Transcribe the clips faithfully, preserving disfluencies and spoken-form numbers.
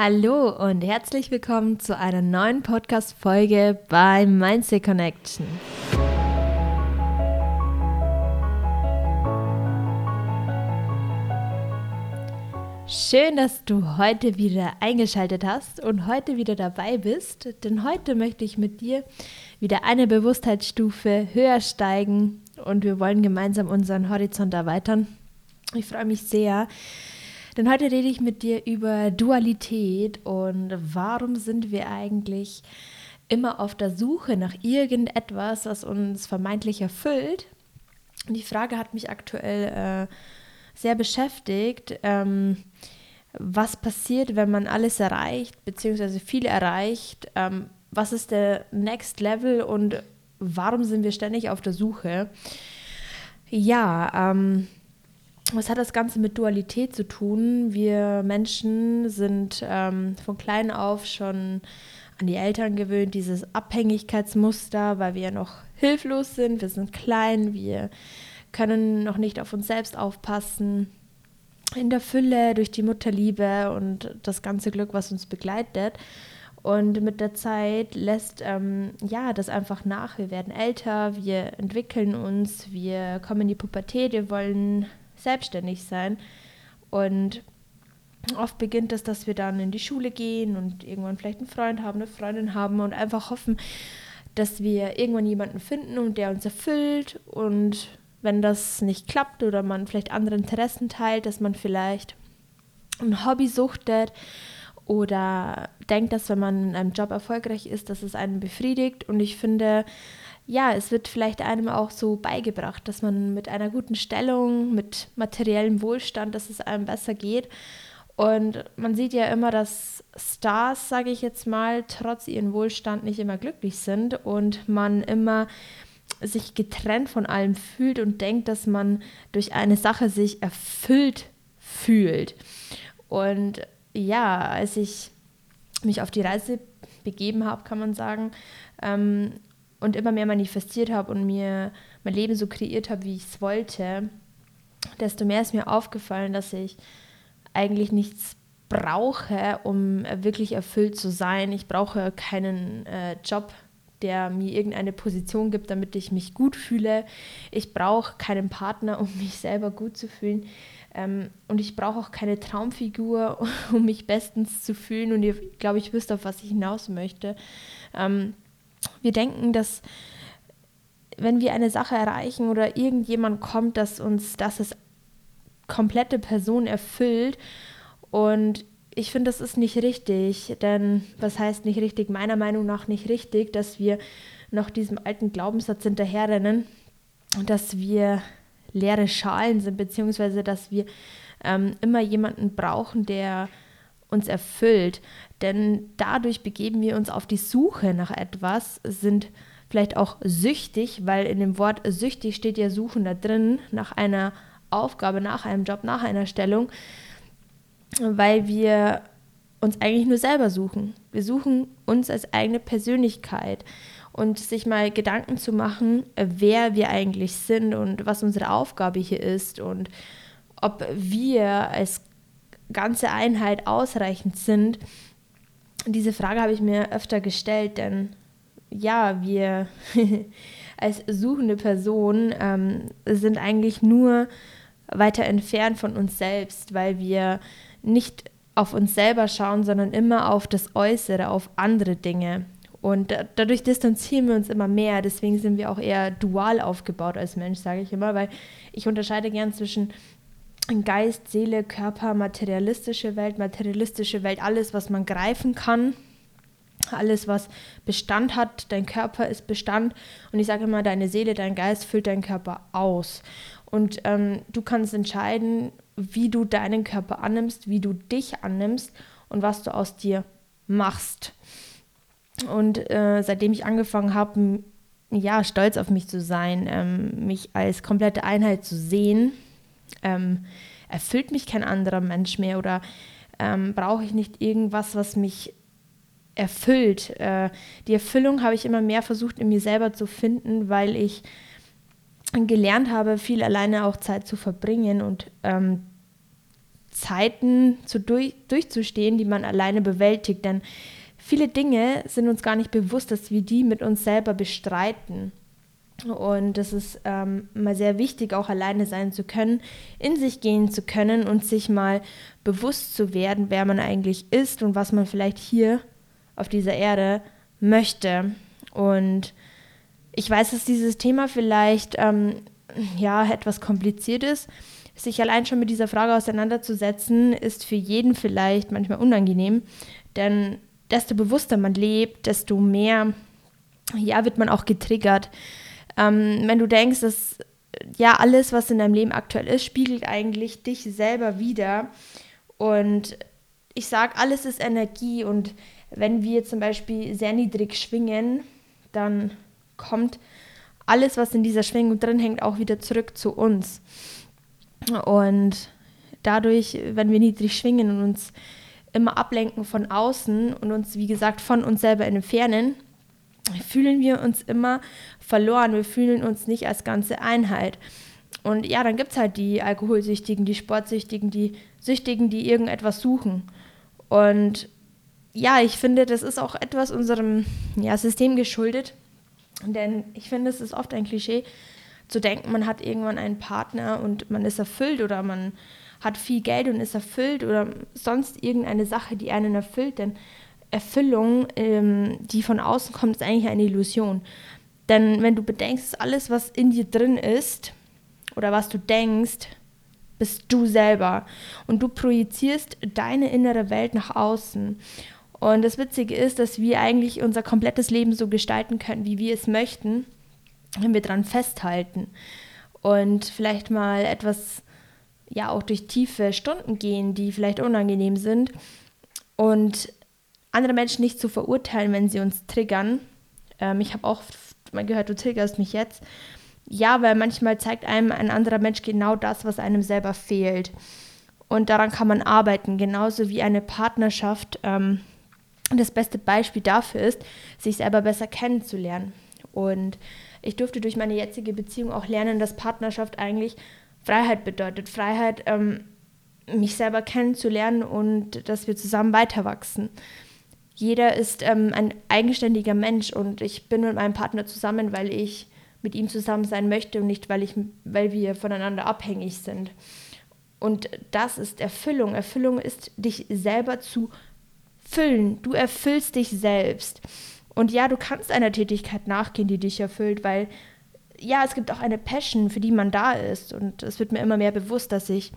Hallo und herzlich willkommen zu einer neuen Podcast-Folge bei Mindset Connection. Schön, dass du heute wieder eingeschaltet hast und heute wieder dabei bist, denn heute möchte ich mit dir wieder eine Bewusstheitsstufe höher steigen und wir wollen gemeinsam unseren Horizont erweitern. Ich freue mich sehr, denn heute rede ich mit dir über Dualität und warum sind wir eigentlich immer auf der Suche nach irgendetwas, was uns vermeintlich erfüllt. Und die Frage hat mich aktuell äh, sehr beschäftigt. Ähm, was passiert, wenn man alles erreicht, beziehungsweise viel erreicht? Ähm, was ist der Next Level und warum sind wir ständig auf der Suche? Ja, ähm, was hat das Ganze mit Dualität zu tun? Wir Menschen sind ähm, von klein auf schon an die Eltern gewöhnt, dieses Abhängigkeitsmuster, weil wir ja noch hilflos sind, wir sind klein, wir können noch nicht auf uns selbst aufpassen. In der Fülle durch die Mutterliebe und das ganze Glück, was uns begleitet. Und mit der Zeit lässt ähm, ja das einfach nach. Wir werden älter, wir entwickeln uns, wir kommen in die Pubertät, wir wollen selbstständig sein. Und oft beginnt es, dass wir dann in die Schule gehen und irgendwann vielleicht einen Freund haben, eine Freundin haben und einfach hoffen, dass wir irgendwann jemanden finden und der uns erfüllt. Und wenn das nicht klappt oder man vielleicht andere Interessen teilt, dass man vielleicht ein Hobby suchtet oder denkt, dass wenn man in einem Job erfolgreich ist, dass es einen befriedigt. Und ich finde, ja, es wird vielleicht einem auch so beigebracht, dass man mit einer guten Stellung, mit materiellem Wohlstand, dass es einem besser geht. Und man sieht ja immer, dass Stars, sage ich jetzt mal, trotz ihrem Wohlstand nicht immer glücklich sind und man immer sich getrennt von allem fühlt und denkt, dass man durch eine Sache sich erfüllt fühlt. Und ja, als ich mich auf die Reise begeben habe, kann man sagen, ähm, und immer mehr manifestiert habe und mir mein Leben so kreiert habe, wie ich es wollte, desto mehr ist mir aufgefallen, dass ich eigentlich nichts brauche, um wirklich erfüllt zu sein. Ich brauche keinen äh, Job, der mir irgendeine Position gibt, damit ich mich gut fühle. Ich brauche keinen Partner, um mich selber gut zu fühlen. Ähm, und ich brauche auch keine Traumfigur, um mich bestens zu fühlen. Und ihr, glaube ich, wisst, auf was ich hinaus möchte. Ähm, wir denken, dass wenn wir eine Sache erreichen oder irgendjemand kommt, dass uns das als komplette Person erfüllt. Und ich finde, das ist nicht richtig, denn was heißt nicht richtig? Meiner Meinung nach nicht richtig, dass wir noch diesem alten Glaubenssatz hinterherrennen, dass wir leere Schalen sind, beziehungsweise dass wir ähm, immer jemanden brauchen, der uns erfüllt. Denn dadurch begeben wir uns auf die Suche nach etwas, sind vielleicht auch süchtig, weil in dem Wort süchtig steht ja Suchen da drin, nach einer Aufgabe, nach einem Job, nach einer Stellung, weil wir uns eigentlich nur selber suchen. Wir suchen uns als eigene Persönlichkeit und sich mal Gedanken zu machen, wer wir eigentlich sind und was unsere Aufgabe hier ist und ob wir als ganze Einheit ausreichend sind. Diese Frage habe ich mir öfter gestellt, denn ja, wir als suchende Person ähm, sind eigentlich nur weiter entfernt von uns selbst, weil wir nicht auf uns selber schauen, sondern immer auf das Äußere, auf andere Dinge. Und da, dadurch distanzieren wir uns immer mehr. Deswegen sind wir auch eher dual aufgebaut als Mensch, sage ich immer, weil ich unterscheide gern zwischen Geist, Seele, Körper, materialistische Welt, materialistische Welt, alles, was man greifen kann. Alles, was Bestand hat, dein Körper ist Bestand. Und ich sage immer, deine Seele, dein Geist füllt deinen Körper aus. Und ähm, du kannst entscheiden, wie du deinen Körper annimmst, wie du dich annimmst und was du aus dir machst. Und äh, seitdem ich angefangen habe, ja, stolz auf mich zu sein, ähm, mich als komplette Einheit zu sehen, ähm, erfüllt mich kein anderer Mensch mehr oder ähm, brauche ich nicht irgendwas, was mich erfüllt. Äh, die Erfüllung habe ich immer mehr versucht, in mir selber zu finden, weil ich gelernt habe, viel alleine auch Zeit zu verbringen und ähm, Zeiten zu durch, durchzustehen, die man alleine bewältigt. Denn viele Dinge sind uns gar nicht bewusst, dass wir die mit uns selber bestreiten. Und das ist ähm, mal sehr wichtig, auch alleine sein zu können, in sich gehen zu können und sich mal bewusst zu werden, wer man eigentlich ist und was man vielleicht hier auf dieser Erde möchte. Und ich weiß, dass dieses Thema vielleicht ähm, ja, etwas kompliziert ist. Sich allein schon mit dieser Frage auseinanderzusetzen, ist für jeden vielleicht manchmal unangenehm, denn desto bewusster man lebt, desto mehr ja, wird man auch getriggert. Ähm, wenn du denkst, dass ja alles, was in deinem Leben aktuell ist, spiegelt eigentlich dich selber wider. Und ich sage, alles ist Energie, und wenn wir zum Beispiel sehr niedrig schwingen, dann kommt alles, was in dieser Schwingung drin hängt, auch wieder zurück zu uns. Und dadurch, wenn wir niedrig schwingen und uns immer ablenken von außen und uns, wie gesagt, von uns selber entfernen, fühlen wir uns immer verloren. Wir fühlen uns nicht als ganze Einheit. Und ja, dann gibt es halt die Alkoholsüchtigen, die Sportsüchtigen, die Süchtigen, die irgendetwas suchen. Und ja, ich finde, das ist auch etwas unserem ja, System geschuldet. Denn ich finde, es ist oft ein Klischee, zu denken, man hat irgendwann einen Partner und man ist erfüllt, oder man hat viel Geld und ist erfüllt, oder sonst irgendeine Sache, die einen erfüllt. Denn Erfüllung, ähm, die von außen kommt, ist eigentlich eine Illusion. Denn wenn du bedenkst, alles, was in dir drin ist oder was du denkst, bist du selber. Und du projizierst deine innere Welt nach außen. Und das Witzige ist, dass wir eigentlich unser komplettes Leben so gestalten können, wie wir es möchten, wenn wir dran festhalten. Und vielleicht mal etwas, ja, auch durch tiefe Stunden gehen, die vielleicht unangenehm sind. Und andere Menschen nicht zu verurteilen, wenn sie uns triggern. Ähm, ich habe auch mal gehört, du triggerst mich jetzt. Ja, weil manchmal zeigt einem ein anderer Mensch genau das, was einem selber fehlt. Und daran kann man arbeiten, genauso wie eine Partnerschaft ähm, das beste Beispiel dafür ist, sich selber besser kennenzulernen. Und ich durfte durch meine jetzige Beziehung auch lernen, dass Partnerschaft eigentlich Freiheit bedeutet. Freiheit, ähm, mich selber kennenzulernen und dass wir zusammen weiterwachsen. Jeder ist ähm, ein eigenständiger Mensch, und ich bin mit meinem Partner zusammen, weil ich mit ihm zusammen sein möchte und nicht, weil, ich, weil wir voneinander abhängig sind. Und das ist Erfüllung. Erfüllung ist, dich selber zu füllen. Du erfüllst dich selbst. Und ja, du kannst einer Tätigkeit nachgehen, die dich erfüllt, weil ja, es gibt auch eine Passion, für die man da ist. Und es wird mir immer mehr bewusst, dass ich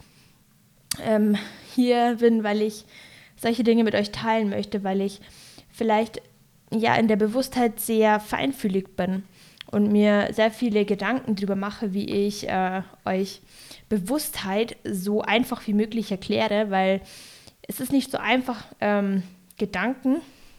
ähm, hier bin, weil ich solche Dinge mit euch teilen möchte, weil ich vielleicht ja in der Bewusstheit sehr feinfühlig bin und mir sehr viele Gedanken darüber mache, wie ich äh, euch Bewusstheit so einfach wie möglich erkläre, weil es ist nicht so einfach, ähm, Gedanken,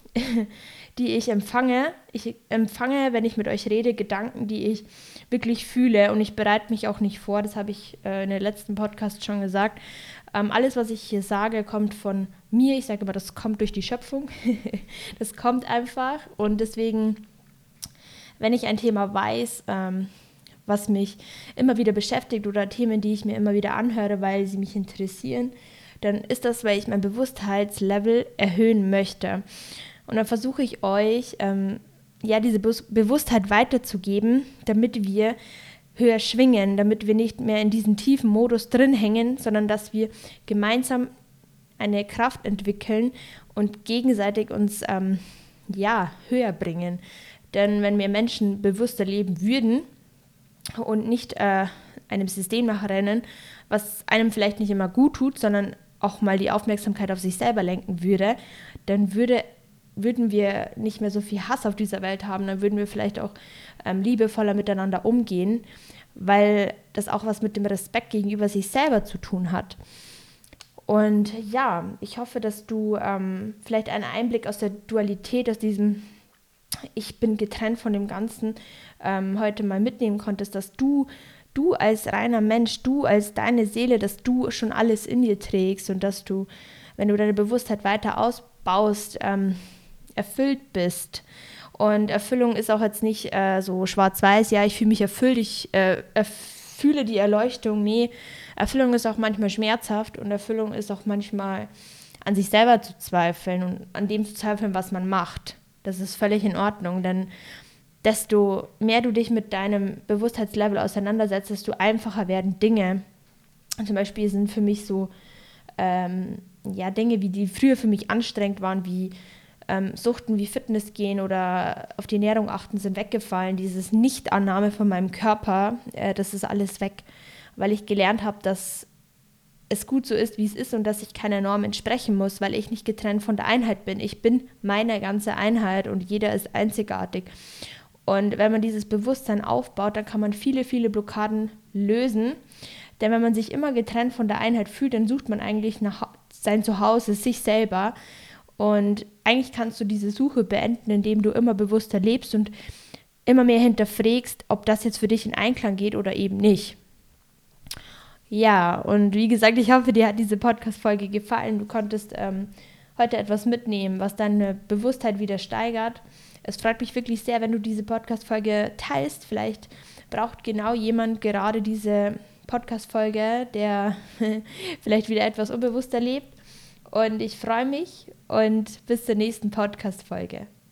die ich empfange. Ich empfange, wenn ich mit euch rede, Gedanken, die ich wirklich fühle, und ich bereite mich auch nicht vor, das habe ich äh, in der letzten Podcast schon gesagt. Ähm, alles, was ich hier sage, kommt von mir. Ich sage immer, das kommt durch die Schöpfung. Das kommt einfach, und deswegen, wenn ich ein Thema weiß, ähm, was mich immer wieder beschäftigt, oder Themen, die ich mir immer wieder anhöre, weil sie mich interessieren, dann ist das, weil ich mein Bewusstheitslevel erhöhen möchte. Und dann versuche ich euch, ähm, ja, diese Be- Bewusstheit weiterzugeben, damit wir höher schwingen, damit wir nicht mehr in diesem tiefen Modus drin hängen, sondern dass wir gemeinsam eine Kraft entwickeln und gegenseitig uns ähm, ja, höher bringen. Denn wenn wir Menschen bewusster leben würden und nicht äh, einem System nachrennen, was einem vielleicht nicht immer gut tut, sondern auch mal die Aufmerksamkeit auf sich selber lenken würde, dann würde, würden wir nicht mehr so viel Hass auf dieser Welt haben, dann würden wir vielleicht auch ähm, liebevoller miteinander umgehen, weil das auch was mit dem Respekt gegenüber sich selber zu tun hat. Und ja, ich hoffe, dass du ähm, vielleicht einen Einblick aus der Dualität, aus diesem Ich bin getrennt von dem Ganzen, ähm, heute mal mitnehmen konntest, dass du du als reiner Mensch, du als deine Seele, dass du schon alles in dir trägst und dass du, wenn du deine Bewusstheit weiter ausbaust, ähm, erfüllt bist. Und Erfüllung ist auch jetzt nicht äh, so schwarz-weiß, ja, ich fühle mich erfüllt, ich äh, erf- fühle die Erleuchtung. Nee, Erfüllung ist auch manchmal schmerzhaft und Erfüllung ist auch manchmal an sich selber zu zweifeln und an dem zu zweifeln, was man macht. Das ist völlig in Ordnung, denn desto mehr du dich mit deinem Bewusstheitslevel auseinandersetzt, desto einfacher werden Dinge. Zum Beispiel sind für mich so ähm, ja, Dinge, wie die früher für mich anstrengend waren, wie ähm, Suchten, wie Fitness gehen oder auf die Ernährung achten, sind weggefallen. Dieses Nichtannahme von meinem Körper, äh, das ist alles weg, weil ich gelernt habe, dass es gut so ist, wie es ist und dass ich keiner Norm entsprechen muss, weil ich nicht getrennt von der Einheit bin. Ich bin meine ganze Einheit und jeder ist einzigartig. Und wenn man dieses Bewusstsein aufbaut, dann kann man viele, viele Blockaden lösen. Denn wenn man sich immer getrennt von der Einheit fühlt, dann sucht man eigentlich nach sein Zuhause, sich selber. Und eigentlich kannst du diese Suche beenden, indem du immer bewusster lebst und immer mehr hinterfragst, ob das jetzt für dich in Einklang geht oder eben nicht. Ja, und wie gesagt, ich hoffe, dir hat diese Podcast-Folge gefallen. Du konntest ähm, heute etwas mitnehmen, was deine Bewusstheit wieder steigert. Es freut mich wirklich sehr, wenn du diese Podcast-Folge teilst. Vielleicht braucht genau jemand gerade diese Podcast-Folge, der vielleicht wieder etwas unbewusster lebt. Und ich freue mich und bis zur nächsten Podcast-Folge.